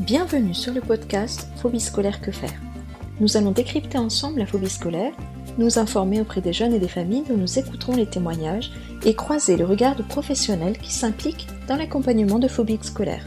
Bienvenue sur le podcast Phobie scolaire que faire. Nous allons décrypter ensemble la phobie scolaire, nous informer auprès des jeunes et des familles dont nous écouterons les témoignages et croiser le regard de professionnels qui s'impliquent dans l'accompagnement de phobies scolaires.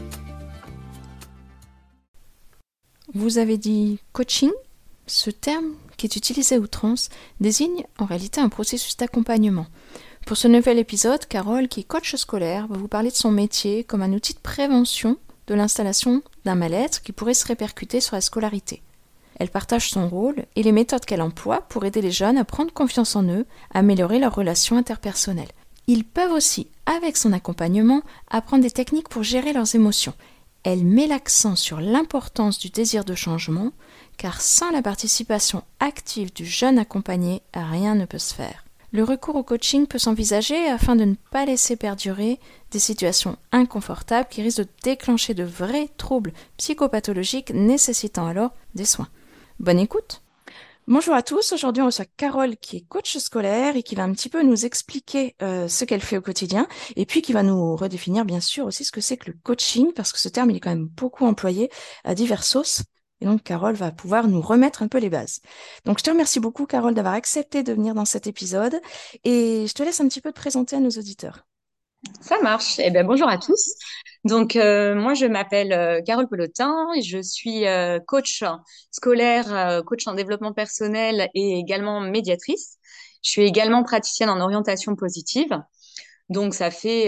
Vous avez dit coaching ? Ce terme, qui est utilisé à outrance, désigne en réalité un processus d'accompagnement. Pour ce nouvel épisode, Carole, qui est coach scolaire, va vous parler de son métier comme un outil de prévention de l'installation d'un mal-être qui pourrait se répercuter sur la scolarité. Elle partage son rôle et les méthodes qu'elle emploie pour aider les jeunes à prendre confiance en eux, à améliorer leurs relations interpersonnelles. Ils peuvent aussi, avec son accompagnement, apprendre des techniques pour gérer leurs émotions. Elle met l'accent sur l'importance du désir de changement, car sans la participation active du jeune accompagné, rien ne peut se faire. Le recours au coaching peut s'envisager afin de ne pas laisser perdurer des situations inconfortables qui risquent de déclencher de vrais troubles psychopathologiques nécessitant alors des soins. Bonne écoute! Bonjour à tous, aujourd'hui on reçoit Carole qui est coach scolaire et qui va un petit peu nous expliquer ce qu'elle fait au quotidien et puis qui va nous redéfinir bien sûr aussi ce que c'est que le coaching parce que ce terme il est quand même beaucoup employé à diverses sauces. Et donc, Carole va pouvoir nous remettre un peu les bases. Donc, je te remercie beaucoup, Carole, d'avoir accepté de venir dans cet épisode. Et je te laisse un petit peu te présenter à nos auditeurs. Ça marche. Eh bien, bonjour à tous. Donc, moi, je m'appelle Carole Pelotin et je suis coach scolaire, coach en développement personnel et également médiatrice. Je suis également praticienne en orientation positive. Donc, ça fait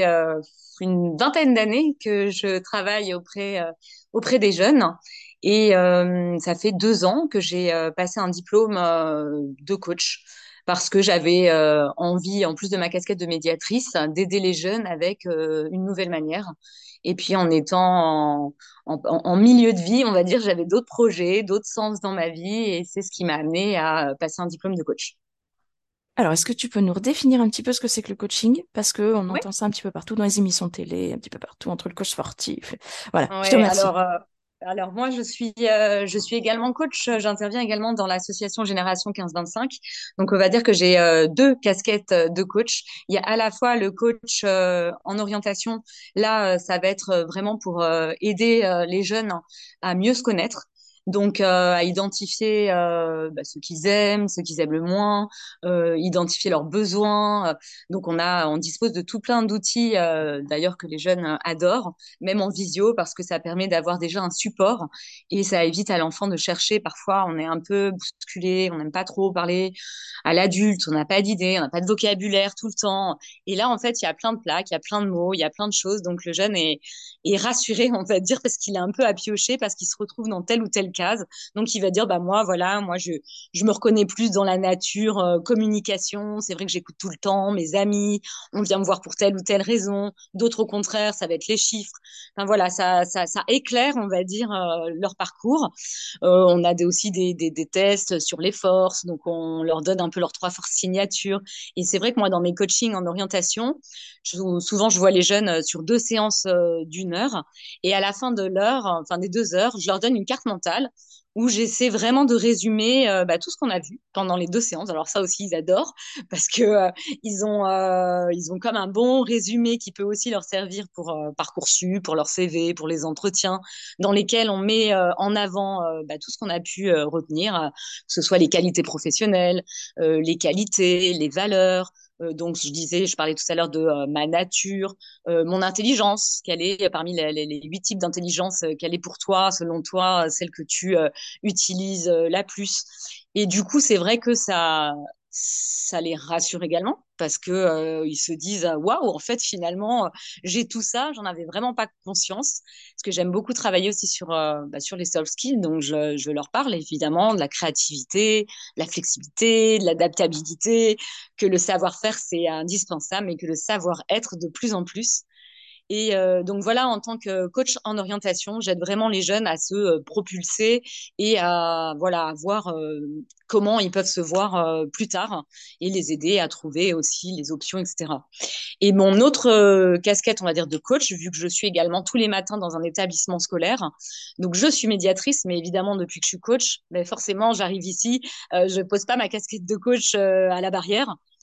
une vingtaine d'années que je travaille auprès des jeunes. Et ça fait 2 ans que j'ai passé un diplôme de coach parce que j'avais envie, en plus de ma casquette de médiatrice, d'aider les jeunes avec une nouvelle manière. Et puis en étant en milieu de vie, on va dire, j'avais d'autres projets, d'autres sens dans ma vie et c'est ce qui m'a amené à passer un diplôme de coach. Alors, est-ce que tu peux nous redéfinir un petit peu ce que c'est que le coaching? Parce qu'on Oui. entend ça un petit peu partout dans les émissions télé, un petit peu partout entre le coach sportif. Voilà, je te Ouais, remercie. alors moi je suis également coach, j'interviens également dans l'association Génération 15-25. Donc on va dire que j'ai deux casquettes de coach. Il y a à la fois le coach en orientation. Là, ça va être vraiment pour aider les jeunes à mieux se connaître. Donc à identifier ce qu'ils aiment, ce qu'ils aiment le moins, identifier leurs besoins. Donc on dispose de tout plein d'outils d'ailleurs que les jeunes adorent même en visio, parce que ça permet d'avoir déjà un support et ça évite à l'enfant de chercher. Parfois, on est un peu bousculé, on n'aime pas trop parler à l'adulte, on n'a pas d'idée, on n'a pas de vocabulaire tout le temps. Et là, en fait, il y a plein de plaques, il y a plein de mots, il y a plein de choses. Donc, le jeune est rassuré, on va dire, parce qu'il est un peu à piocher, parce qu'il se retrouve dans telle ou telle case. Donc, il va dire, bah, moi, voilà, je me reconnais plus dans la nature, communication. C'est vrai que j'écoute tout le temps mes amis, on vient me voir pour telle ou telle raison. D'autres, au contraire, ça va être les chiffres. Enfin, voilà, ça éclaire, on va dire, leur parcours. On a aussi des tests sur les forces, donc on leur donne un peu leurs 3 forces signatures. Et c'est vrai que moi, dans mes coachings en orientation, souvent je vois les jeunes sur 2 séances d'1 heure. Et à la fin de l'heure, enfin des 2 heures, je leur donne une carte mentale où j'essaie vraiment de résumer tout ce qu'on a vu pendant les 2 séances. Alors ça aussi, ils adorent parce que ils ont comme un bon résumé qui peut aussi leur servir pour Parcoursup, pour leur CV, pour les entretiens, dans lesquels on met en avant tout ce qu'on a pu retenir, que ce soit les qualités professionnelles, les qualités, les valeurs. Donc, je parlais tout à l'heure de ma nature, mon intelligence, quelle est parmi les 8 types d'intelligence, quelle est pour toi, selon toi, celle que tu utilises la plus. Et du coup, c'est vrai que ça les rassure également parce que ils se disent waouh, en fait finalement j'ai tout ça, j'en avais vraiment pas conscience parce que j'aime beaucoup travailler aussi sur les soft skills, donc je leur parle évidemment de la créativité, de la flexibilité, de l'adaptabilité, que le savoir-faire c'est indispensable mais que le savoir-être de plus en plus. Et donc voilà, en tant que coach en orientation, j'aide vraiment les jeunes à se propulser et à voilà à voir comment ils peuvent se voir plus tard et les aider à trouver aussi les options, etc. Et mon autre casquette, on va dire, de coach, vu que je suis également tous les matins dans un établissement scolaire, donc je suis médiatrice, mais évidemment depuis que je suis coach, ben forcément j'arrive ici, je pose pas ma casquette de coach à la barrière.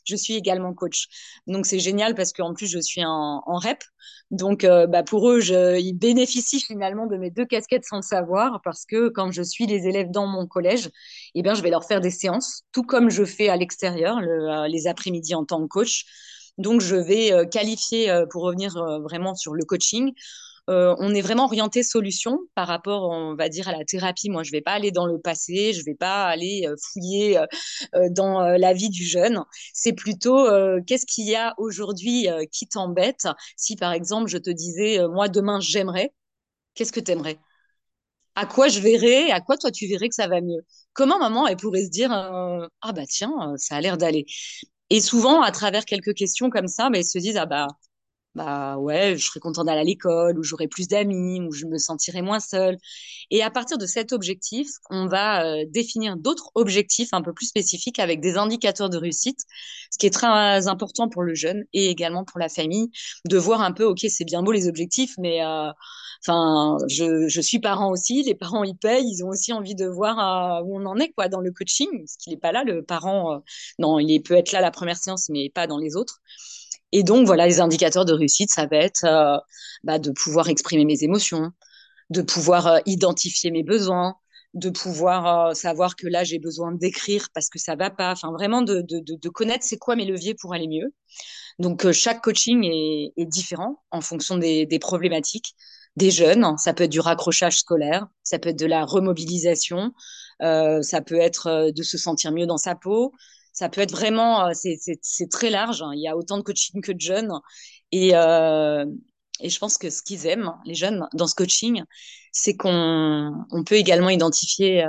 je suis également coach. Donc c'est génial parce qu'en plus je suis en rep. Donc pour eux, ils bénéficient finalement de mes deux casquettes sans le savoir parce que quand je suis les élèves dans mon collège, eh bien je vais leur faire des séances, tout comme je fais à l'extérieur les après-midi en tant que coach. Donc je vais qualifier pour revenir vraiment sur le coaching. On est vraiment orienté solution par rapport, on va dire, à la thérapie. Moi, je vais pas aller dans le passé, je vais pas aller fouiller dans la vie du jeune. C'est plutôt qu'est-ce qu'il y a aujourd'hui qui t'embête. Si par exemple, je te disais, moi demain j'aimerais, qu'est-ce que t'aimerais? À quoi je verrais? À quoi toi tu verrais que ça va mieux? Comment maman elle pourrait se dire ah bah tiens, ça a l'air d'aller. Et souvent à travers quelques questions comme ça, mais ils se disent ah bah ouais, je serais contente d'aller à l'école, ou j'aurais plus d'amis, ou je me sentirais moins seule. Et à partir de cet objectif, on va définir d'autres objectifs un peu plus spécifiques avec des indicateurs de réussite, ce qui est très important pour le jeune et également pour la famille, de voir un peu, ok, c'est bien beau les objectifs, mais enfin, je suis parent aussi, les parents y payent, ils ont aussi envie de voir où on en est quoi dans le coaching, parce qu'il n'est pas là, le parent, non, peut être là la première séance, mais pas dans les autres. Et donc, voilà, les indicateurs de réussite, ça va être de pouvoir exprimer mes émotions, de pouvoir identifier mes besoins, de pouvoir savoir que là, j'ai besoin d'écrire parce que ça va pas. Enfin, vraiment de connaître c'est quoi mes leviers pour aller mieux. Donc, chaque coaching est différent en fonction des problématiques des jeunes. Ça peut être du raccrochage scolaire, ça peut être de la remobilisation, ça peut être de se sentir mieux dans sa peau. Ça peut être vraiment, c'est très large, hein. Il y a autant de coaching que de jeunes. Et, euh, et je pense que ce qu'ils aiment, les jeunes, dans ce coaching, c'est qu'on peut également identifier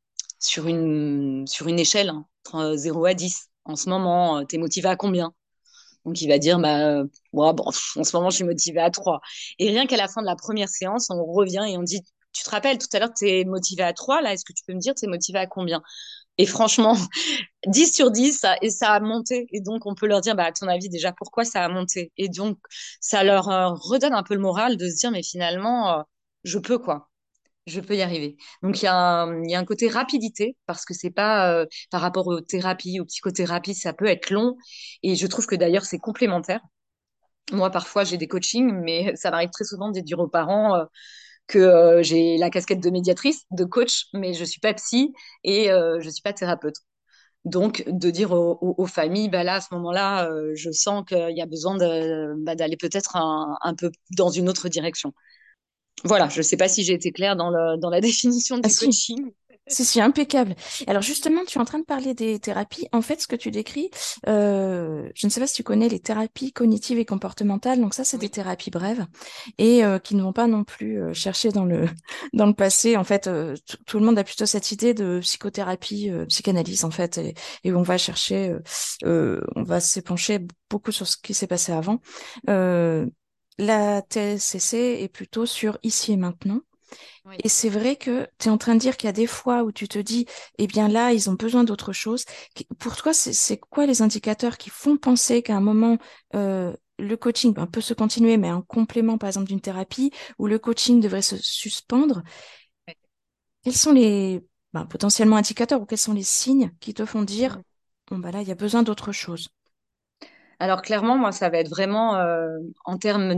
sur une échelle, hein, entre 0 à 10. En ce moment, tu es motivé à combien? Donc, il va dire, ouais, bon, en ce moment, je suis motivée à 3. Et rien qu'à la fin de la première séance, on revient et on dit, tu te rappelles, tout à l'heure, tu es motivé à 3, là, est-ce que tu peux me dire, tu es motivé à combien? Et franchement, 10 sur 10, et ça a monté. Et donc, on peut leur dire, à ton avis, déjà, pourquoi ça a monté? Et donc, ça leur redonne un peu le moral de se dire, mais finalement, je peux, quoi. Je peux y arriver. Donc, il y a un côté rapidité, parce que c'est pas, par rapport aux thérapies, aux psychothérapies, ça peut être long. Et je trouve que d'ailleurs, c'est complémentaire. Moi, parfois, j'ai des coachings, mais ça m'arrive très souvent de dire aux parents que j'ai la casquette de médiatrice, de coach, mais je suis pas psy et je suis pas thérapeute. Donc, de dire aux familles, là, à ce moment-là, je sens qu'il y a besoin d'aller peut-être un peu dans une autre direction. Voilà, je ne sais pas si j'ai été claire dans la définition Ah du si, coaching. si, impeccable. Alors justement, tu es en train de parler des thérapies. En fait, ce que tu décris, je ne sais pas si tu connais les thérapies cognitives et comportementales. Donc ça, c'est des Oui, thérapies brèves et qui ne vont pas non plus chercher dans le dans le passé. En fait, tout le monde a plutôt cette idée de psychothérapie, psychanalyse en fait, et où on va chercher, on va s'épancher beaucoup sur ce qui s'est passé avant. Euh, la TSCC est plutôt sur ici et maintenant. oui. Et c'est vrai que tu es en train de dire qu'il y a des fois où tu te dis, eh bien là, ils ont besoin d'autre chose. Pour toi, c'est quoi les indicateurs qui font penser qu'à un moment, le coaching peut se continuer, mais en complément, par exemple, d'une thérapie, ou le coaching devrait se suspendre? Quels sont les potentiellement indicateurs ou quels sont les signes qui te font dire, bon, bah là, il y a besoin d'autre chose? Alors clairement, moi, ça va être vraiment en termes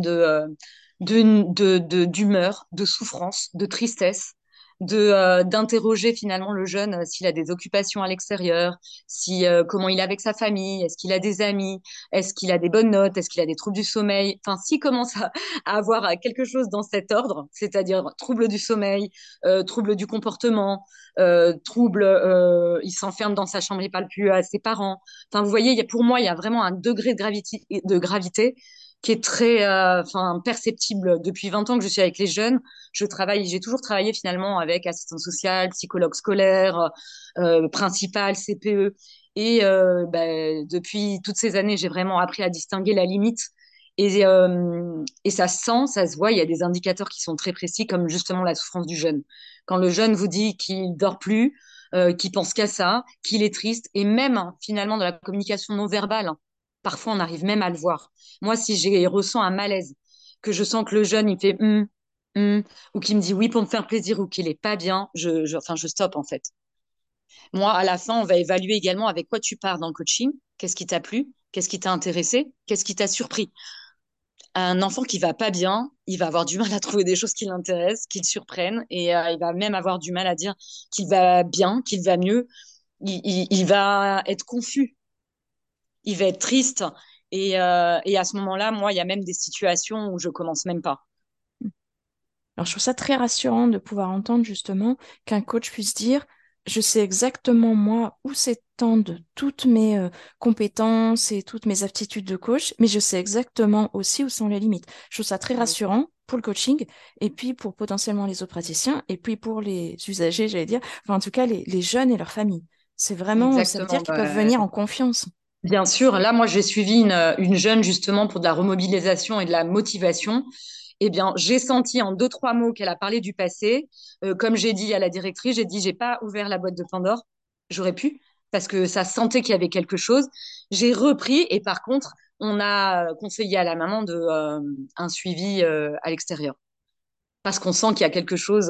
d'humeur, de souffrance, de tristesse, d'interroger finalement le jeune s'il a des occupations à l'extérieur, si comment il est avec sa famille, est-ce qu'il a des amis, est-ce qu'il a des bonnes notes, est-ce qu'il a des troubles du sommeil. Enfin, s'il commence à avoir quelque chose dans cet ordre, c'est-à-dire troubles du sommeil, troubles du comportement, il s'enferme dans sa chambre, il parle plus à ses parents. Enfin, vous voyez, pour moi, il y a vraiment un degré de gravité qui est très perceptible depuis 20 ans que je suis avec les jeunes. J'ai toujours travaillé finalement avec assistante sociale, psychologue scolaire, principal, CPE. Et depuis toutes ces années, j'ai vraiment appris à distinguer la limite. Et ça se sent, ça se voit, il y a des indicateurs qui sont très précis, comme justement la souffrance du jeune. Quand le jeune vous dit qu'il dort plus, qu'il pense qu'à ça, qu'il est triste, et même finalement dans la communication non verbale, hein, parfois on arrive même à le voir. Moi, si j'ai ressens un malaise, que je sens que le jeune il fait ou qu'il me dit oui pour me faire plaisir ou qu'il est pas bien, enfin je stoppe en fait. Moi, à la fin, on va évaluer également avec quoi tu pars dans le coaching. Qu'est-ce qui t'a plu? Qu'est-ce qui t'a intéressé? Qu'est-ce qui t'a surpris? Un enfant qui va pas bien, il va avoir du mal à trouver des choses qui l'intéressent, qui le surprennent, et il va même avoir du mal à dire qu'il va bien, qu'il va mieux. Il va être confus, il va être triste. Et à ce moment-là, moi, il y a même des situations où je commence même pas. Alors, je trouve ça très rassurant de pouvoir entendre justement qu'un coach puisse dire, je sais exactement moi où s'étendent toutes mes compétences et toutes mes aptitudes de coach, mais je sais exactement aussi où sont les limites. Je trouve ça très rassurant pour le coaching et puis pour potentiellement les autres praticiens et puis pour les usagers, j'allais dire, enfin en tout cas les jeunes et leurs familles. C'est vraiment, ça veut dire Exactement. qu'ils peuvent venir en confiance. Bien sûr, là, moi, j'ai suivi une jeune justement pour de la remobilisation et de la motivation. Eh bien, j'ai senti en deux, trois mots qu'elle a parlé du passé. Comme j'ai dit à la directrice, j'ai dit, j'ai pas ouvert la boîte de Pandore. J'aurais pu, parce que ça sentait qu'il y avait quelque chose. J'ai repris et par contre, on a conseillé à la maman un suivi à l'extérieur. Parce qu'on sent qu'il y a quelque chose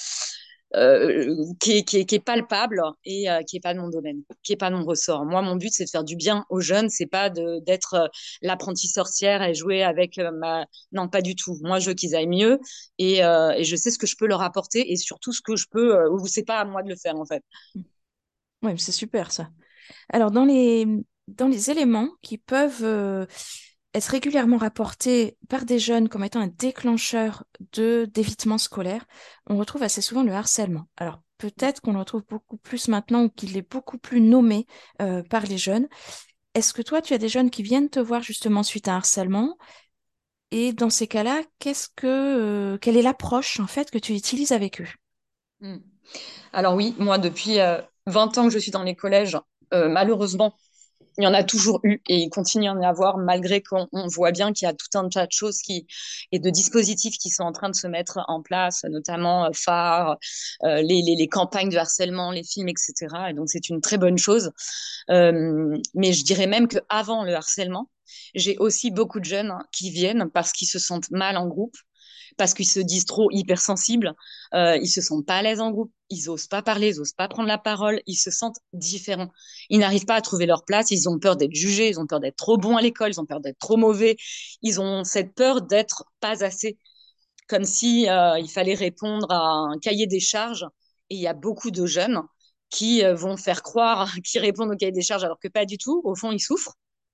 qui est palpable et qui est pas de mon domaine, qui est pas de mon ressort. Moi, mon but, c'est de faire du bien aux jeunes, c'est pas d'être l'apprentie sorcière et jouer avec ma... Non, pas du tout. Moi, je veux qu'ils aillent mieux et je sais ce que je peux leur apporter et surtout ce que je peux, ou c'est pas à moi de le faire, en fait. Oui, c'est super ça. Alors, dans les éléments qui peuvent être régulièrement rapportés par des jeunes comme étant un déclencheur d'évitement scolaire, on retrouve assez souvent le harcèlement. Alors, peut-être qu'on le retrouve beaucoup plus maintenant ou qu'il est beaucoup plus nommé par les jeunes. Est-ce que toi, tu as des jeunes qui viennent te voir justement suite à un harcèlement? Et dans ces cas-là, quelle est l'approche en fait que tu utilises avec eux? Mm. Alors oui, moi, depuis 20 ans que je suis dans les collèges, malheureusement, il y en a toujours eu et il continue à y en avoir malgré qu'on voit bien qu'il y a tout un tas de choses et de dispositifs qui sont en train de se mettre en place, notamment phare, les campagnes de harcèlement, les films, etc. Et donc c'est une très bonne chose. Mais je dirais même qu'avant le harcèlement, j'ai aussi beaucoup de jeunes qui viennent parce qu'ils se sentent mal en groupe, parce qu'ils se disent trop hypersensibles, ils se sentent pas à l'aise en groupe, ils osent pas parler, ils osent pas prendre la parole, ils se sentent différents. Ils n'arrivent pas à trouver leur place, ils ont peur d'être jugés, ils ont peur d'être trop bons à l'école, ils ont peur d'être trop mauvais, ils ont cette peur d'être pas assez, comme si il fallait répondre à un cahier des charges. Et il y a beaucoup de jeunes qui vont faire croire qu'ils répondent au cahier des charges alors que pas du tout. Au fond, ils souffrent.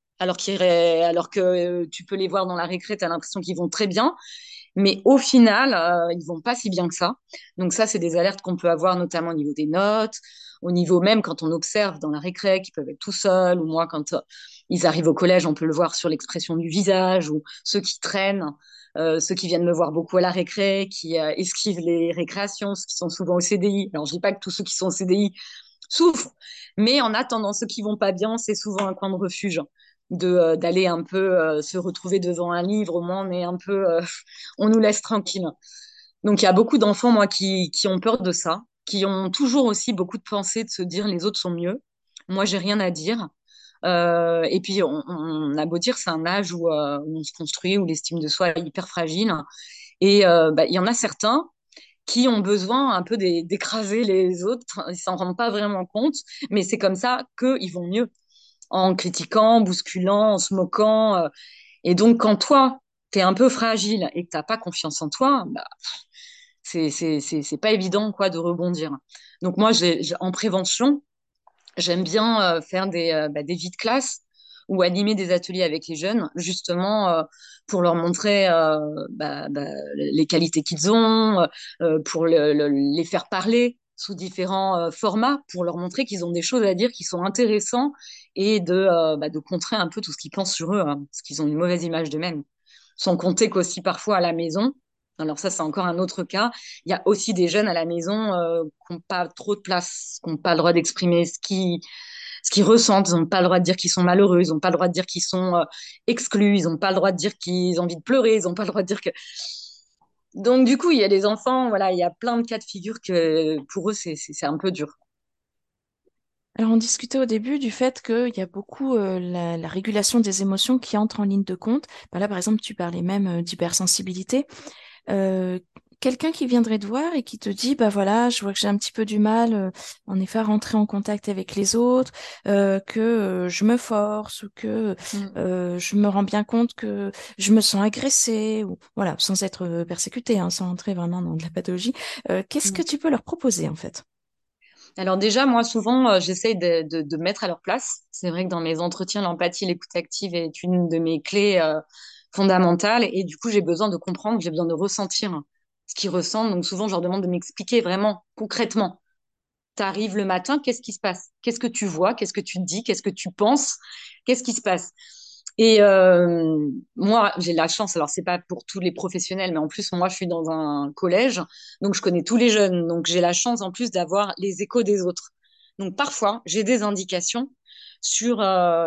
Alors que tu peux les voir dans la récré, tu as l'impression qu'ils vont très bien. Mais au final, ils vont pas si bien que ça. Donc ça, c'est des alertes qu'on peut avoir notamment au niveau des notes, au niveau même quand on observe dans la récré qu'ils peuvent être tout seuls, ou moi quand ils arrivent au collège, on peut le voir sur l'expression du visage, ou ceux qui traînent, ceux qui viennent me voir beaucoup à la récré, qui esquivent les récréations, ceux qui sont souvent au CDI. Alors je dis pas que tous ceux qui sont au CDI souffrent, mais en attendant, ceux qui vont pas bien, c'est souvent un coin de refuge d'aller un peu se retrouver devant un livre, au moins on est un peu on nous laisse tranquille. Donc il y a beaucoup d'enfants, moi, qui ont peur de ça, qui ont toujours aussi beaucoup de pensées de se dire les autres sont mieux. Moi, j'ai rien à dire. Et puis, on a beau dire, c'est un âge où on se construit, où l'estime de soi est hyper fragile. Et bah, il y en a certains qui ont besoin un peu d'écraser les autres. Ils s'en rendent pas vraiment compte, mais c'est comme ça qu'ils vont mieux, en critiquant, bousculant, en se moquant. Et donc, quand toi, tu es un peu fragile et que t'as pas confiance en toi, bah, c'est pas évident quoi de rebondir. Donc moi, en prévention, j'aime bien faire des vies de classe ou animer des ateliers avec les jeunes, justement pour leur montrer les qualités qu'ils ont, pour les faire parler sous différents formats, pour leur montrer qu'ils ont des choses à dire qui sont intéressants et de contrer un peu tout ce qu'ils pensent sur eux, hein, parce qu'ils ont une mauvaise image d'eux-mêmes. Sans compter qu'aussi parfois à la maison, alors ça c'est encore un autre cas, il y a aussi des jeunes à la maison qui n'ont pas trop de place, qui n'ont pas le droit d'exprimer ce qu'ils ressentent, ils n'ont pas le droit de dire qu'ils sont malheureux, ils n'ont pas le droit de dire qu'ils sont exclus, ils n'ont pas le droit de dire qu'ils ont envie de pleurer, ils n'ont pas le droit de dire que... Donc du coup, il y a des enfants, voilà, il y a plein de cas de figure que pour eux, c'est un peu dur. Alors, on discutait au début du fait qu'il y a beaucoup la régulation des émotions qui entre en ligne de compte. Bah là, par exemple, tu parlais même d'hypersensibilité. Euh, quelqu'un qui viendrait te voir et qui te dit, bah voilà, je vois que j'ai un petit peu du mal, en effet, à rentrer en contact avec les autres, que je me force ou que Mm. je me rends bien compte que je me sens agressée, ou voilà, sans être persécutée, hein, sans entrer vraiment dans de la pathologie. Qu'est-ce que Mm. tu peux leur proposer en fait? Alors déjà, moi, souvent, j'essaye de me mettre à leur place. C'est vrai que dans mes entretiens, l'empathie, l'écoute active est une de mes clés fondamentales. Et du coup, j'ai besoin de comprendre, j'ai besoin de ressentir ce qu'ils ressentent. Donc souvent, je leur demande de m'expliquer vraiment, concrètement. T'arrives le matin, qu'est-ce qui se passe? Qu'est-ce que tu vois? Qu'est-ce que tu dis? Qu'est-ce que tu penses? Qu'est-ce qui se passe? Et moi, j'ai la chance, alors c'est pas pour tous les professionnels, mais en plus, moi, je suis dans un collège, donc je connais tous les jeunes. Donc j'ai la chance en plus d'avoir les échos des autres. Donc parfois, j'ai des indications sur,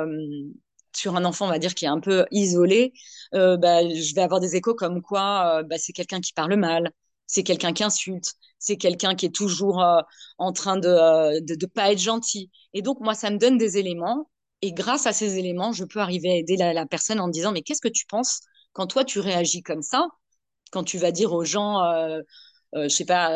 sur un enfant, on va dire, qui est un peu isolé. Bah, je vais avoir des échos comme quoi bah, c'est quelqu'un qui parle mal, c'est quelqu'un qui insulte, c'est quelqu'un qui est toujours en train de pas être gentil. Et donc, moi, ça me donne des éléments et grâce à ces éléments, je peux arriver à aider la personne en disant, mais qu'est-ce que tu penses quand toi, tu réagis comme ça, quand tu vas dire aux gens, je sais pas,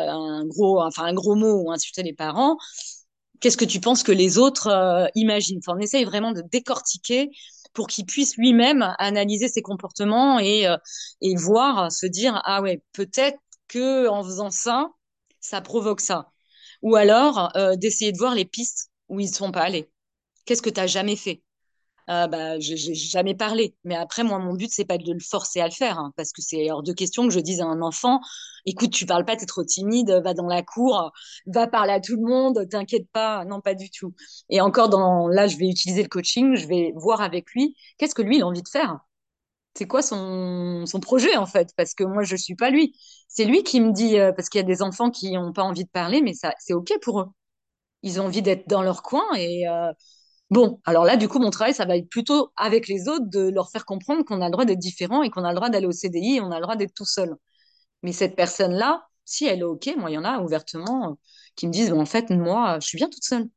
un gros mot ou insulter les parents, qu'est-ce que tu penses que les autres imaginent? Enfin, on essaye vraiment de décortiquer pour qu'il puisse lui-même analyser ses comportements et voir, se dire, ah ouais, peut-être que en faisant ça, ça provoque ça. Ou alors, d'essayer de voir les pistes où ils ne sont pas allés. Qu'est-ce que tu n'as jamais fait? Bah, j'ai jamais parlé. Mais après, moi, mon but, c'est pas de le forcer à le faire, hein, parce que c'est hors de question que je dise à un enfant, écoute, tu parles pas, t'es trop timide, va dans la cour, va parler à tout le monde, t'inquiète pas. Non, pas du tout. Et encore là, je vais utiliser le coaching, je vais voir avec lui, qu'est-ce que lui, il a envie de faire? C'est quoi son projet, en fait? Parce que moi, je suis pas lui. C'est lui qui me dit, parce qu'il y a des enfants qui ont pas envie de parler, mais ça, c'est OK pour eux. Ils ont envie d'être dans leur coin et, bon, alors là, du coup, mon travail, ça va être plutôt avec les autres de leur faire comprendre qu'on a le droit d'être différent et qu'on a le droit d'aller au CDI et on a le droit d'être tout seul. Mais cette personne-là, si elle est OK, moi, il y en a ouvertement qui me disent, bon, en fait, moi, je suis bien toute seule.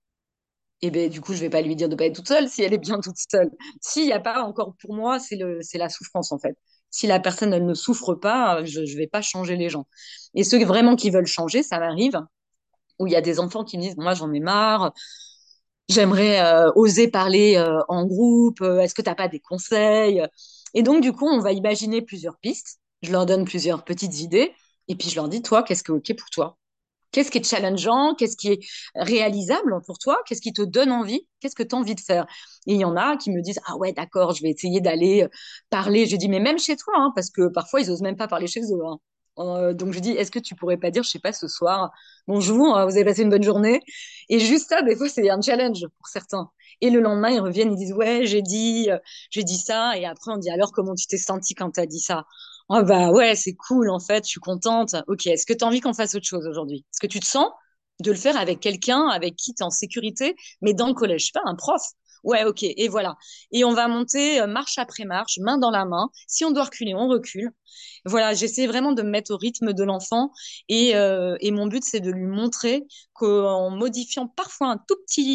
Et ben, du coup, je vais pas lui dire de pas être toute seule si elle est bien toute seule. S'il n'y a pas encore, pour moi, c'est la souffrance, en fait. Si la personne, elle ne souffre pas, je vais pas changer les gens. Et ceux vraiment qui veulent changer, ça m'arrive, où il y a des enfants qui me disent, moi, j'en ai marre, j'aimerais oser parler en groupe. Est-ce que tu n'as pas des conseils? Et donc, du coup, on va imaginer plusieurs pistes. Je leur donne plusieurs petites idées. Et puis, je leur dis, toi, qu'est-ce qui est OK pour toi? Qu'est-ce qui est challengeant? Qu'est-ce qui est réalisable pour toi? Qu'est-ce qui te donne envie? Qu'est-ce que tu as envie de faire? Et il y en a qui me disent, ah ouais, d'accord, je vais essayer d'aller parler. Je dis, mais même chez toi, hein, parce que parfois, ils osent même pas parler chez eux, hein. Donc, je dis, est-ce que tu pourrais pas dire, je sais pas, ce soir, bonjour, vous avez passé une bonne journée? Et juste ça, des fois, c'est un challenge pour certains. Et le lendemain, ils reviennent, ils disent, ouais, j'ai dit ça. Et après, on dit, alors, comment tu t'es senti quand tu as dit ça? Oh bah ouais, c'est cool en fait, je suis contente. Ok, est-ce que tu as envie qu'on fasse autre chose aujourd'hui? Est-ce que tu te sens de le faire avec quelqu'un avec qui tu es en sécurité, mais dans le collège, je sais pas, un prof? Ouais, ok, et voilà. Et on va monter marche après marche, main dans la main. Si on doit reculer, on recule. Voilà, j'essaie vraiment de me mettre au rythme de l'enfant et mon but, c'est de lui montrer qu'en modifiant parfois un tout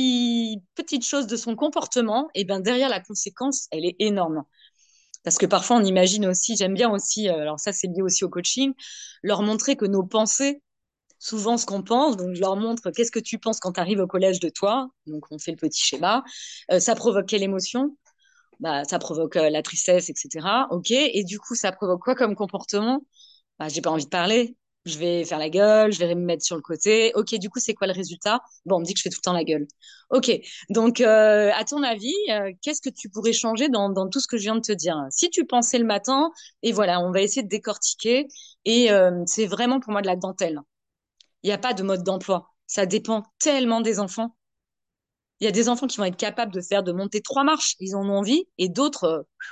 petite chose de son comportement, et ben derrière la conséquence, elle est énorme. Parce que parfois, on imagine aussi, j'aime bien aussi, alors ça, c'est lié aussi au coaching, leur montrer que nos pensées, souvent ce qu'on pense, donc je leur montre qu'est-ce que tu penses quand tu arrives au collège de toi, donc on fait le petit schéma, ça provoque quelle émotion? Bah, ça provoque la tristesse, etc. Ok, et du coup, ça provoque quoi comme comportement? Bah, j'ai pas envie de parler. Je vais faire la gueule, je vais me mettre sur le côté. Ok, du coup, c'est quoi le résultat? Bon, on me dit que je fais tout le temps la gueule. Ok, donc à ton avis, qu'est-ce que tu pourrais changer dans tout ce que je viens de te dire? Si tu pensais le matin, et voilà, on va essayer de décortiquer. Et c'est vraiment pour moi de la dentelle. Il n'y a pas de mode d'emploi. Ça dépend tellement des enfants. Il y a des enfants qui vont être capables de monter 3 marches, ils en ont envie, et d'autres,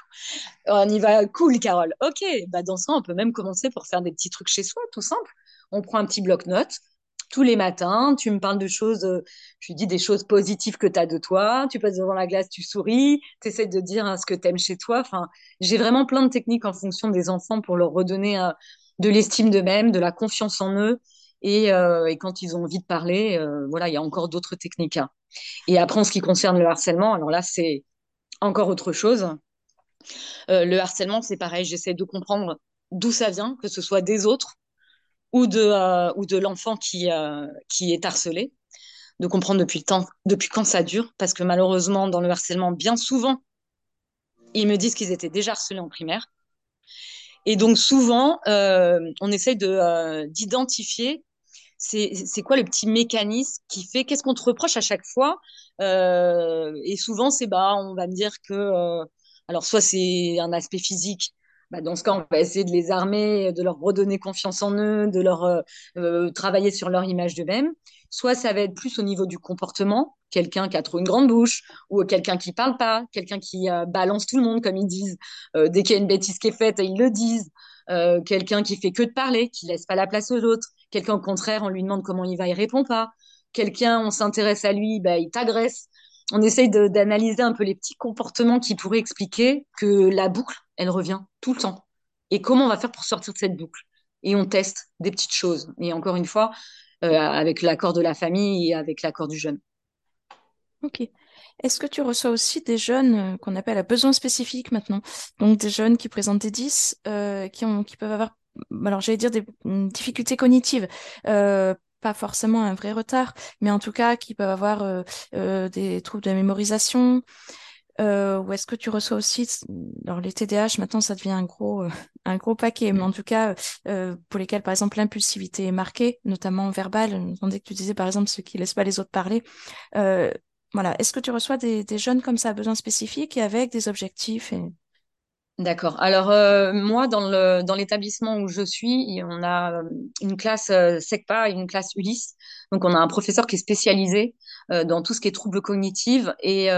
on y va cool, Carole. Ok, bah dans ce cas, on peut même commencer pour faire des petits trucs chez soi, tout simple. On prend un petit bloc-notes. Tous les matins, tu me parles de choses, je lui dis des choses positives que tu as de toi, tu passes devant la glace, tu souris, tu essaies de dire hein, ce que tu aimes chez toi. Enfin, j'ai vraiment plein de techniques en fonction des enfants pour leur redonner de l'estime d'eux-mêmes, de la confiance en eux. Et quand ils ont envie de parler, voilà, il y a encore d'autres techniques, hein. Et après, en ce qui concerne le harcèlement, alors là, c'est encore autre chose. Le harcèlement, c'est pareil, j'essaie de comprendre d'où ça vient, que ce soit des autres. ou de l'enfant qui est harcelé, de comprendre depuis quand ça dure, parce que malheureusement, dans le harcèlement, bien souvent, ils me disent qu'ils étaient déjà harcelés en primaire. Et donc souvent, on essaye d'identifier c'est quoi le petit mécanisme qui fait, qu'est-ce qu'on te reproche à chaque fois. Et souvent, c'est bah, on va me dire que, alors soit c'est un aspect physique, bah, dans ce cas, on va essayer de les armer, de leur redonner confiance en eux, de leur travailler sur leur image d'eux-mêmes. Soit ça va être plus au niveau du comportement, quelqu'un qui a trop une grande bouche, ou quelqu'un qui parle pas, quelqu'un qui balance tout le monde, comme ils disent. Dès qu'il y a une bêtise qui est faite, ils le disent. Quelqu'un qui fait que de parler, qui laisse pas la place aux autres. Quelqu'un, au contraire, on lui demande comment il va, il répond pas. Quelqu'un, on s'intéresse à lui, bah, il t'agresse. On essaye d'analyser un peu les petits comportements qui pourraient expliquer que la boucle, elle revient tout le temps. Et comment on va faire pour sortir de cette boucle? Et on teste des petites choses. Et encore une fois, avec l'accord de la famille et avec l'accord du jeune. Ok. Est-ce que tu reçois aussi des jeunes qu'on appelle à besoins spécifiques maintenant? Donc des jeunes qui présentent des 10, qui peuvent avoir, alors j'allais dire des difficultés cognitives, pas forcément un vrai retard, mais en tout cas qui peuvent avoir des troubles de mémorisation. Ou est-ce que tu reçois aussi, alors les TDAH maintenant ça devient un gros paquet, mais en tout cas pour lesquels par exemple l'impulsivité est marquée, notamment verbale. J'entendais que tu disais par exemple ceux qui laissent pas les autres parler. Euh, voilà. Est-ce que tu reçois des jeunes comme ça à besoins spécifiques et avec des objectifs et... D'accord. Alors moi, dans l'établissement où je suis, on a une classe SECPA et une classe Ulysse. Donc on a un professeur qui est spécialisé dans tout ce qui est troubles cognitifs. Et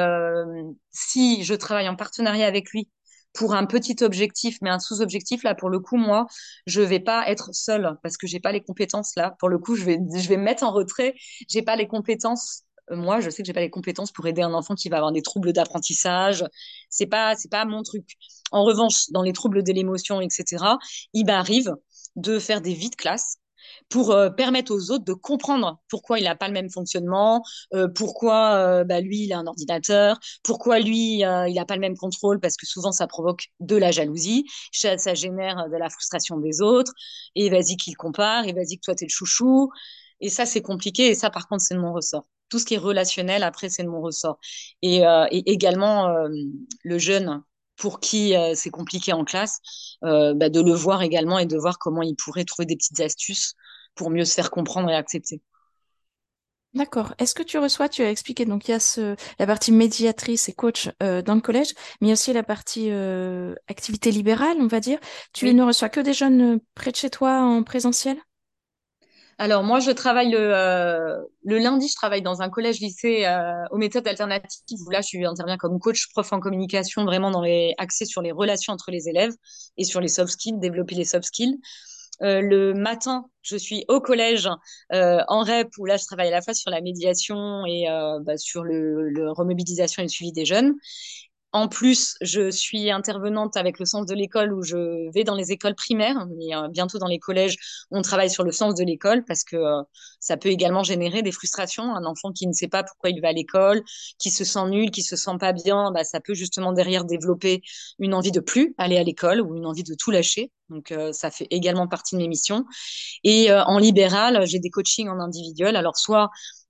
si je travaille en partenariat avec lui pour un petit objectif, mais un sous-objectif, là pour le coup, moi, je vais pas être seule parce que j'ai pas les compétences là. Pour le coup, je vais me mettre en retrait. J'ai pas les compétences. Moi, je sais que j'ai pas les compétences pour aider un enfant qui va avoir des troubles d'apprentissage. C'est pas mon truc. En revanche, dans les troubles de l'émotion, etc., il m'arrive de faire des vies de classe pour permettre aux autres de comprendre pourquoi il n'a pas le même fonctionnement, pourquoi bah, lui, il a un ordinateur, pourquoi lui, il n'a pas le même contrôle, parce que souvent, ça provoque de la jalousie, ça génère de la frustration des autres, et vas-y qu'il compare, et vas-y que toi, t'es le chouchou. Et ça, c'est compliqué, et ça, par contre, c'est de mon ressort. Tout ce qui est relationnel, après, c'est de mon ressort. Et également, le jeune pour qui c'est compliqué en classe, bah, de le voir également et de voir comment il pourrait trouver des petites astuces pour mieux se faire comprendre et accepter. D'accord. Est-ce que tu reçois, tu as expliqué, donc il y a la partie médiatrice et coach dans le collège, mais il y a aussi la partie activité libérale, on va dire. Tu Oui. ne reçois que des jeunes près de chez toi en présentiel? Alors moi, je travaille le lundi, je travaille dans un collège-lycée aux méthodes alternatives où là, interviens comme coach prof en communication, vraiment axé sur les relations entre les élèves et sur les soft skills, développer les soft skills. Le matin, je suis au collège en REP où là, je travaille à la fois sur la médiation et bah, sur le remobilisation et le suivi des jeunes. En plus, je suis intervenante avec le sens de l'école où je vais dans les écoles primaires, mais bientôt dans les collèges, on travaille sur le sens de l'école parce que ça peut également générer des frustrations. Un enfant qui ne sait pas pourquoi il va à l'école, qui se sent nul, qui se sent pas bien, bah, ça peut justement derrière développer une envie de plus aller à l'école ou une envie de tout lâcher. Donc ça fait également partie de mes missions. Et en libéral, j'ai des coachings en individuel. Alors soit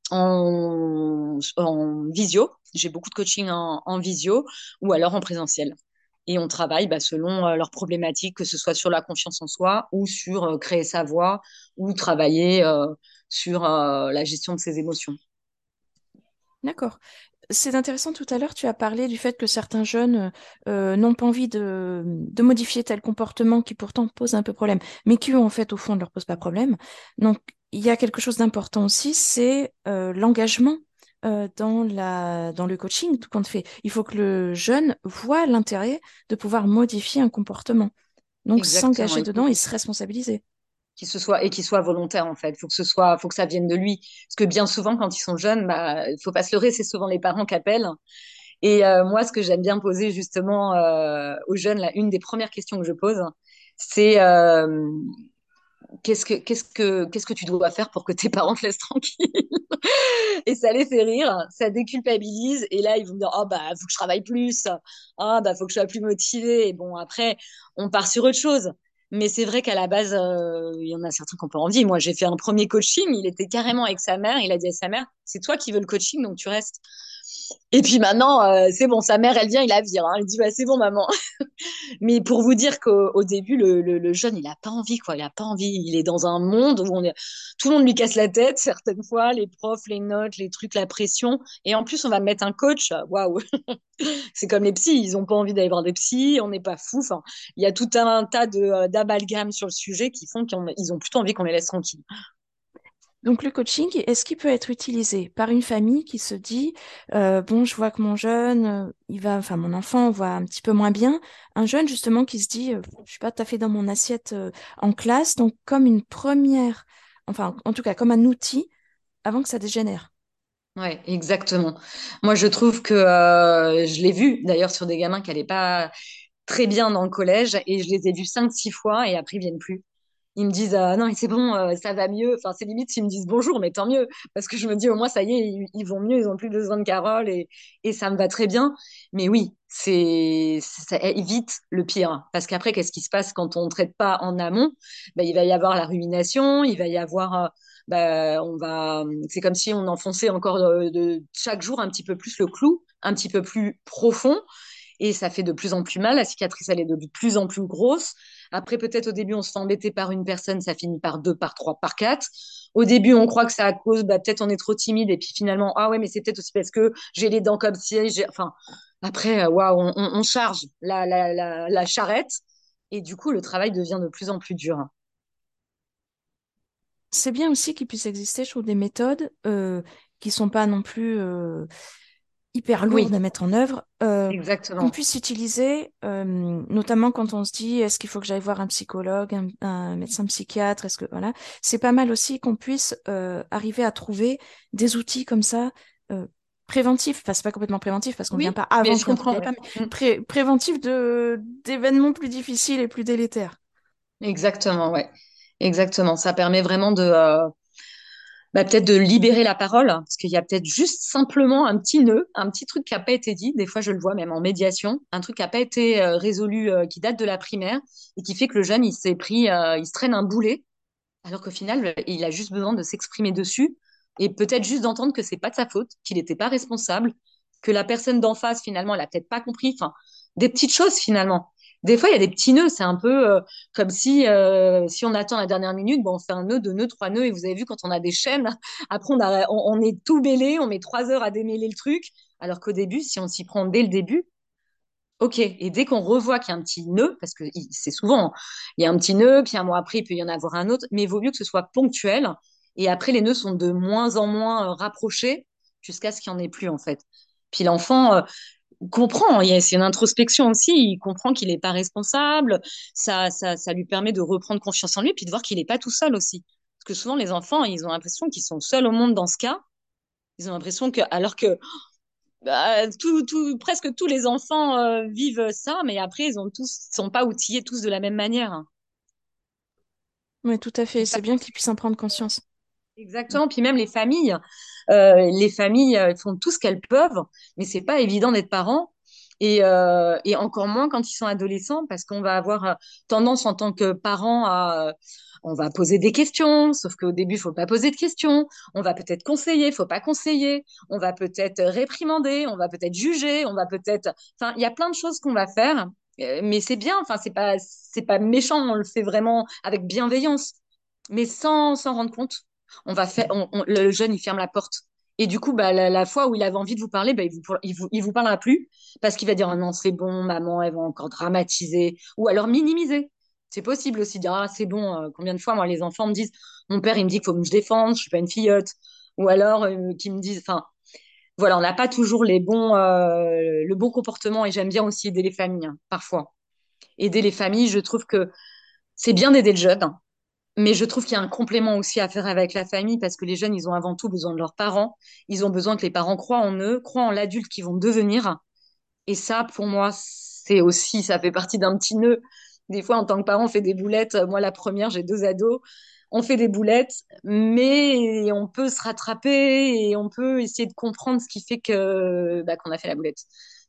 en visio, j'ai beaucoup de coaching en visio, ou alors en présentiel. Et on travaille bah, selon leurs problématiques, que ce soit sur la confiance en soi ou sur créer sa voix ou travailler sur la gestion de ses émotions. D'accord. C'est intéressant, tout à l'heure, tu as parlé du fait que certains jeunes n'ont pas envie de modifier tel comportement qui pourtant pose un peu problème, mais qui, en fait, au fond, ne leur pose pas problème. Donc, il y a quelque chose d'important aussi, c'est l'engagement dans le coaching, tout compte fait. Il faut que le jeune voit l'intérêt de pouvoir modifier un comportement. Donc, Exactement. s'engager Il faut dedans et se responsabiliser. qu'il soit volontaire en fait. Faut que ça vienne de lui. Parce que bien souvent, quand ils sont jeunes, bah, il faut pas se leurrer, c'est souvent les parents qui appellent. Et moi, ce que j'aime bien poser justement aux jeunes, là, une des premières questions que je pose, c'est qu'est-ce que tu dois faire pour que tes parents te laissent tranquille? Et ça les fait rire, ça déculpabilise. Et là, ils vont me dire, oh bah, faut que je travaille plus. Ah bah, faut que je sois plus motivée. Et bon, après, on part sur autre chose. Mais c'est vrai qu'à la base, il y en a certains qui ont pas envie. Moi, j'ai fait un premier coaching, il était carrément avec sa mère. Il a dit à sa mère, c'est toi qui veux le coaching, donc tu restes. Et puis maintenant, c'est bon, sa mère, elle vient, il la vire. Hein. Elle dit, bah, c'est bon, maman. Mais pour vous dire qu'au début, le jeune, il a pas envie, quoi. Il a pas envie. Il est dans un monde où tout le monde lui casse la tête, certaines fois, les profs, les notes, les trucs, la pression. Et en plus, on va mettre un coach. Waouh! C'est comme les psys. Ils ont pas envie d'aller voir des psys. On n'est pas fous. Enfin, il y a tout un tas d'amalgames sur le sujet qui font qu'ils ont plutôt envie qu'on les laisse tranquilles. Donc le coaching, est-ce qu'il peut être utilisé par une famille qui se dit, bon, je vois que mon jeune, enfin mon enfant va un petit peu moins bien, un jeune justement qui se dit, je suis pas tout à fait dans mon assiette en classe, donc comme une première, enfin en tout cas comme un outil avant que ça dégénère. Ouais, exactement. Moi, je trouve que je l'ai vu d'ailleurs sur des gamins qui n'allaient pas très bien dans le collège et je les ai vus 5, 6 fois et après ils viennent plus. Ils me disent non mais c'est bon, ça va mieux. Enfin c'est limite s'ils me disent bonjour, mais tant mieux parce que je me dis au moins ça y est, ils vont mieux, ils ont plus besoin de Carole et ça me va très bien. Mais oui, ça évite le pire parce qu'après qu'est-ce qui se passe quand on ne traite pas en amont? Ben, il va y avoir la rumination, il va y avoir c'est comme si on enfonçait encore de chaque jour un petit peu plus le clou, un petit peu plus profond et ça fait de plus en plus mal. La cicatrice, elle est de plus en plus grosse. Après, peut-être au début, on se fait embêter par une personne, ça finit par deux, par trois, par quatre. Au début, on croit que c'est à cause, peut-être on est trop timide, et puis finalement, ah ouais, mais c'est peut-être aussi parce que j'ai les dents comme si, enfin, après, waouh, on charge la charrette, et du coup, le travail devient de plus en plus dur. C'est bien aussi qu'il puisse exister, je trouve, des méthodes qui sont pas non plus hyper lourdes Oui, à mettre en œuvre, qu'on exactement. puisse utiliser, notamment quand on se dit est-ce qu'il faut que j'aille voir un psychologue, un médecin psychiatre, est-ce que voilà, c'est pas mal aussi qu'on puisse arriver à trouver des outils comme ça. Préventifs, enfin c'est pas complètement préventif parce qu'on vient Oui, pas mais avant je qu'il y ait un truc qui comprends. n'allait Ouais. pas, mais préventifs d'événements plus difficiles et plus délétères. Exactement, ouais. Exactement. Ça permet vraiment peut-être de libérer la parole, parce qu'il y a peut-être juste simplement un petit nœud, un petit truc qui n'a pas été dit. Des fois, je le vois même en médiation, un truc qui n'a pas été résolu, qui date de la primaire, et qui fait que le jeune, il se traîne un boulet, alors qu'au final, il a juste besoin de s'exprimer dessus, et peut-être juste d'entendre que c'est pas de sa faute, qu'il n'était pas responsable, que la personne d'en face, finalement, elle a peut-être pas compris. Enfin, des petites choses, finalement. Des fois, il y a des petits nœuds. C'est un peu comme si on attend la dernière minute, bon, on fait un nœud, deux nœuds, trois nœuds. Et vous avez vu, quand on a des chaînes, après, on est tout mêlé, on met 3 heures à démêler le truc. Alors qu'au début, si on s'y prend dès le début, ok. Et dès qu'on revoit qu'il y a un petit nœud, parce que c'est souvent, hein, il y a un petit nœud, puis un mois après, il peut y en avoir un autre, mais il vaut mieux que ce soit ponctuel. Et après, les nœuds sont de moins en moins rapprochés jusqu'à ce qu'il n'y en ait plus, en fait. Puis l'enfant comprend, c'est une introspection aussi, il comprend qu'il n'est pas responsable, ça lui permet de reprendre confiance en lui, puis de voir qu'il n'est pas tout seul aussi. Parce que souvent, les enfants, ils ont l'impression qu'ils sont seuls au monde dans ce cas. Ils ont l'impression que, alors que presque tous les enfants vivent ça, mais après, sont pas outillés tous de la même manière. Oui, tout à Puis fait. ça, C'est bien qu'ils puissent en prendre conscience. exactement. Puis même les familles font tout ce qu'elles peuvent, mais c'est pas évident d'être parent. Et encore moins quand ils sont adolescents, parce qu'on va avoir tendance en tant que parent on va poser des questions, sauf qu'au début, il faut pas poser de questions. On va peut-être conseiller, faut pas conseiller. On va peut-être réprimander, on va peut-être juger, on va peut-être. Enfin, il y a plein de choses qu'on va faire, mais c'est bien. Enfin, c'est pas méchant. On le fait vraiment avec bienveillance, mais sans s'en rendre compte. Le jeune, il ferme la porte. Et du coup, la fois où il avait envie de vous parler, il vous parlera plus parce qu'il va dire, oh non, c'est bon, maman, elle va encore dramatiser ou alors minimiser. C'est possible aussi de dire, ah, c'est bon, combien de fois, moi, les enfants me disent, mon père, il me dit qu'il faut que je défende, je suis pas une fillotte. Ou alors, qu'ils me disent, enfin, voilà, on n'a pas toujours le bon comportement et j'aime bien aussi aider les familles, hein, parfois. Aider les familles, je trouve que c'est bien d'aider le jeune, hein, mais je trouve qu'il y a un complément aussi à faire avec la famille parce que les jeunes, ils ont avant tout besoin de leurs parents. Ils ont besoin que les parents croient en eux, croient en l'adulte qu'ils vont devenir. Et ça, pour moi, ça fait partie d'un petit nœud. Des fois, en tant que parent, on fait des boulettes. Moi, la première, j'ai 2 ados. On fait des boulettes, mais on peut se rattraper et on peut essayer de comprendre ce qui fait qu'on a fait la boulette.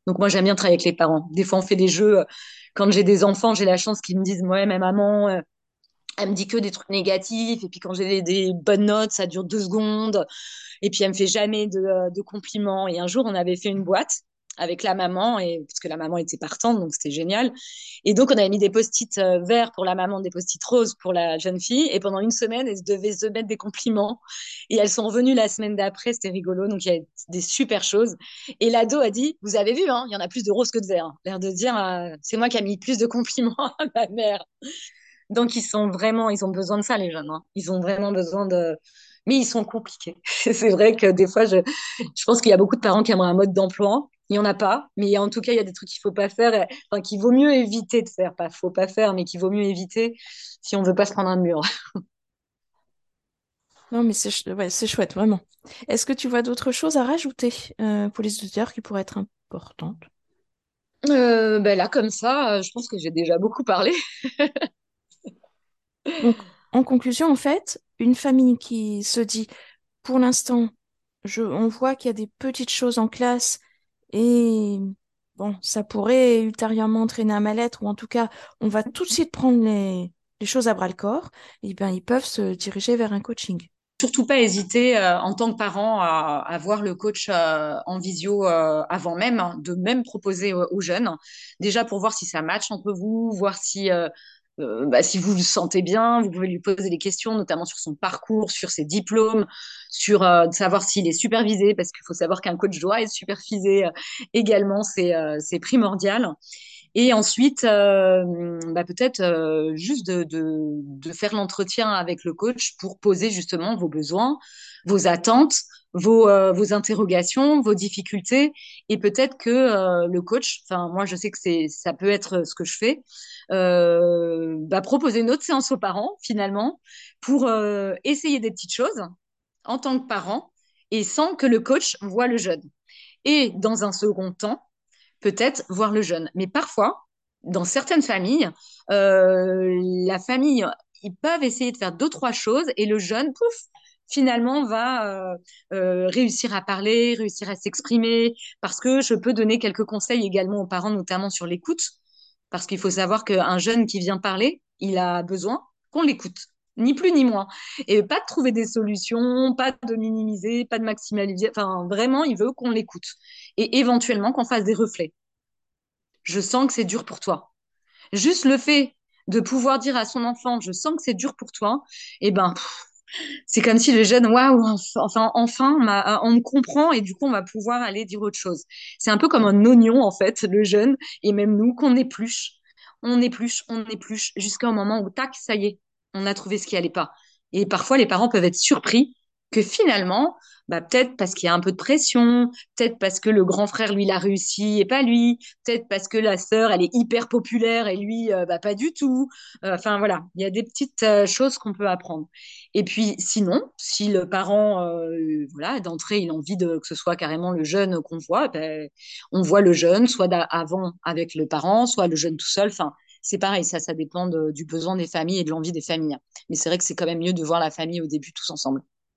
Donc moi, j'aime bien travailler avec les parents. Des fois, on fait des jeux. Quand j'ai des enfants, j'ai la chance qu'ils me disent, ouais, ma maman, elle me dit que des trucs négatifs. Et puis quand j'ai des bonnes notes, ça dure 2 secondes. Et puis elle me fait jamais de compliments. Et un jour, on avait fait une boîte avec la maman, et parce que la maman était partante, donc c'était génial. Et donc on avait mis des post-it verts pour la maman, des post-it roses pour la jeune fille. Et pendant une semaine, elles devaient se mettre des compliments. Et elles sont revenues la semaine d'après, c'était rigolo. Donc il y a des super choses. Et l'ado a dit, vous avez vu, hein, il y en a plus de roses que de verts. L'air de dire, c'est moi qui ai mis plus de compliments à ma mère. Donc, ils ont besoin de ça, les jeunes, hein. Ils ont vraiment besoin de. Mais ils sont compliqués. C'est vrai que des fois, je pense qu'il y a beaucoup de parents qui aimeraient un mode d'emploi. Il n'y en a pas. Mais en tout cas, il y a des trucs qu'il faut pas faire, enfin, qu'il vaut mieux éviter de faire. Pas, faut pas faire, mais qu'il vaut mieux éviter si on veut pas se prendre un mur. Non, mais ouais, c'est chouette, vraiment. Est-ce que tu vois d'autres choses à rajouter pour les auditeurs qui pourraient être importantes? Ben là, comme ça, je pense que j'ai déjà beaucoup parlé. Donc, en conclusion, en fait, une famille qui se dit, pour l'instant, on voit qu'il y a des petites choses en classe et bon, ça pourrait ultérieurement entraîner un mal-être ou en tout cas, on va tout de suite prendre les choses à bras-le-corps, et bien, ils peuvent se diriger vers un coaching. Surtout pas hésiter en tant que parent à voir le coach en visio avant même, hein, de même proposer aux jeunes, déjà pour voir si ça match entre vous, voir si vous vous sentez bien, vous pouvez lui poser des questions, notamment sur son parcours, sur ses diplômes, sur de savoir s'il est supervisé, parce qu'il faut savoir qu'un coach doit être supervisé également, c'est primordial. Et ensuite, peut-être juste de faire l'entretien avec le coach pour poser justement vos besoins, vos attentes, vos interrogations, vos difficultés. Et peut-être que le coach, enfin moi je sais que ça peut être ce que je fais, proposer une autre séance aux parents finalement pour essayer des petites choses en tant que parent et sans que le coach voit le jeune. Et dans un second temps, peut-être voir le jeune. Mais parfois, dans certaines familles, la famille, ils peuvent essayer de faire deux, trois choses et le jeune, pouf, finalement, va réussir à parler, réussir à s'exprimer, parce que je peux donner quelques conseils également aux parents, notamment sur l'écoute, parce qu'il faut savoir qu'un jeune qui vient parler, il a besoin qu'on l'écoute. Ni plus ni moins. Et pas de trouver des solutions, pas de minimiser, pas de maximaliser. Enfin, vraiment, il veut qu'on l'écoute. Et éventuellement qu'on fasse des reflets. Je sens que c'est dur pour toi. Juste le fait de pouvoir dire à son enfant, je sens que c'est dur pour toi, et ben, c'est comme si le jeune, waouh, enfin, on me comprend et du coup, on va pouvoir aller dire autre chose. C'est un peu comme un oignon, en fait, le jeune, et même nous, qu'on épluche. On épluche, jusqu'à un moment où, tac, ça y est, on a trouvé ce qui allait pas. Et parfois, les parents peuvent être surpris que finalement, peut-être parce qu'il y a un peu de pression, peut-être parce que le grand frère, lui, l'a réussi et pas lui, peut-être parce que la sœur, elle est hyper populaire et lui, pas du tout. Enfin, voilà, il y a des petites choses qu'on peut apprendre. Et puis sinon, si le parent, voilà, d'entrée, il a envie que ce soit carrément le jeune qu'on voit, on voit le jeune, soit avant avec le parent, soit le jeune tout seul. Enfin, c'est pareil, ça dépend du besoin des familles et de l'envie des familles. Mais c'est vrai que c'est quand même mieux de voir la famille au début tous ensemble.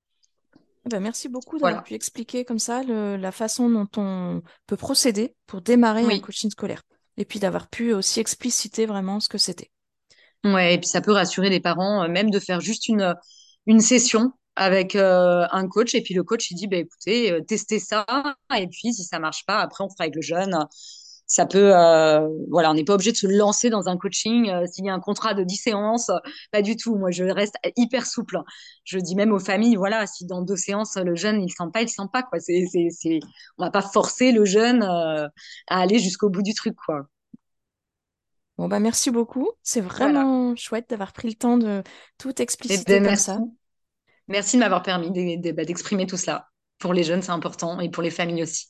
Eh ben, merci beaucoup d'avoir Voilà. pu expliquer comme ça la façon dont on peut procéder pour démarrer un Oui. coaching scolaire. Et puis d'avoir pu aussi expliciter vraiment ce que c'était. Ouais, et puis ça peut rassurer les parents, même de faire juste une session avec un coach. Et puis le coach, il dit, bah, écoutez, testez ça. Et puis si ça marche pas, après, on fera avec le jeune. Ça peut, voilà, on n'est pas obligé de se lancer dans un coaching s'il y a un contrat de 10 séances. Pas du tout. Moi, je reste hyper souple. Je dis même aux familles, voilà, si dans 2 séances, le jeune, il sent pas, quoi. On va pas forcer le jeune à aller jusqu'au bout du truc, quoi. Bon, bah merci beaucoup. C'est Voilà. vraiment chouette d'avoir pris le temps de tout Et expliciter ben, comme merci. ça. Merci de m'avoir permis d'exprimer tout cela. Pour les jeunes, c'est important et pour les familles aussi.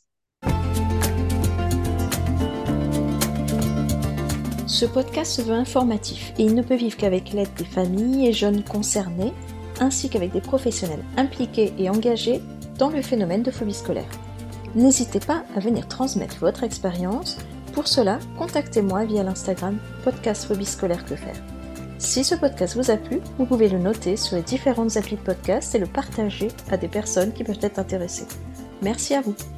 Ce podcast se veut informatif et il ne peut vivre qu'avec l'aide des familles et jeunes concernés, ainsi qu'avec des professionnels impliqués et engagés dans le phénomène de phobie scolaire. N'hésitez pas à venir transmettre votre expérience. Pour cela, contactez-moi via l'Instagram podcast phobie scolaire que faire. Si ce podcast vous a plu, vous pouvez le noter sur les différentes applis de podcast et le partager à des personnes qui peuvent être intéressées. Merci à vous.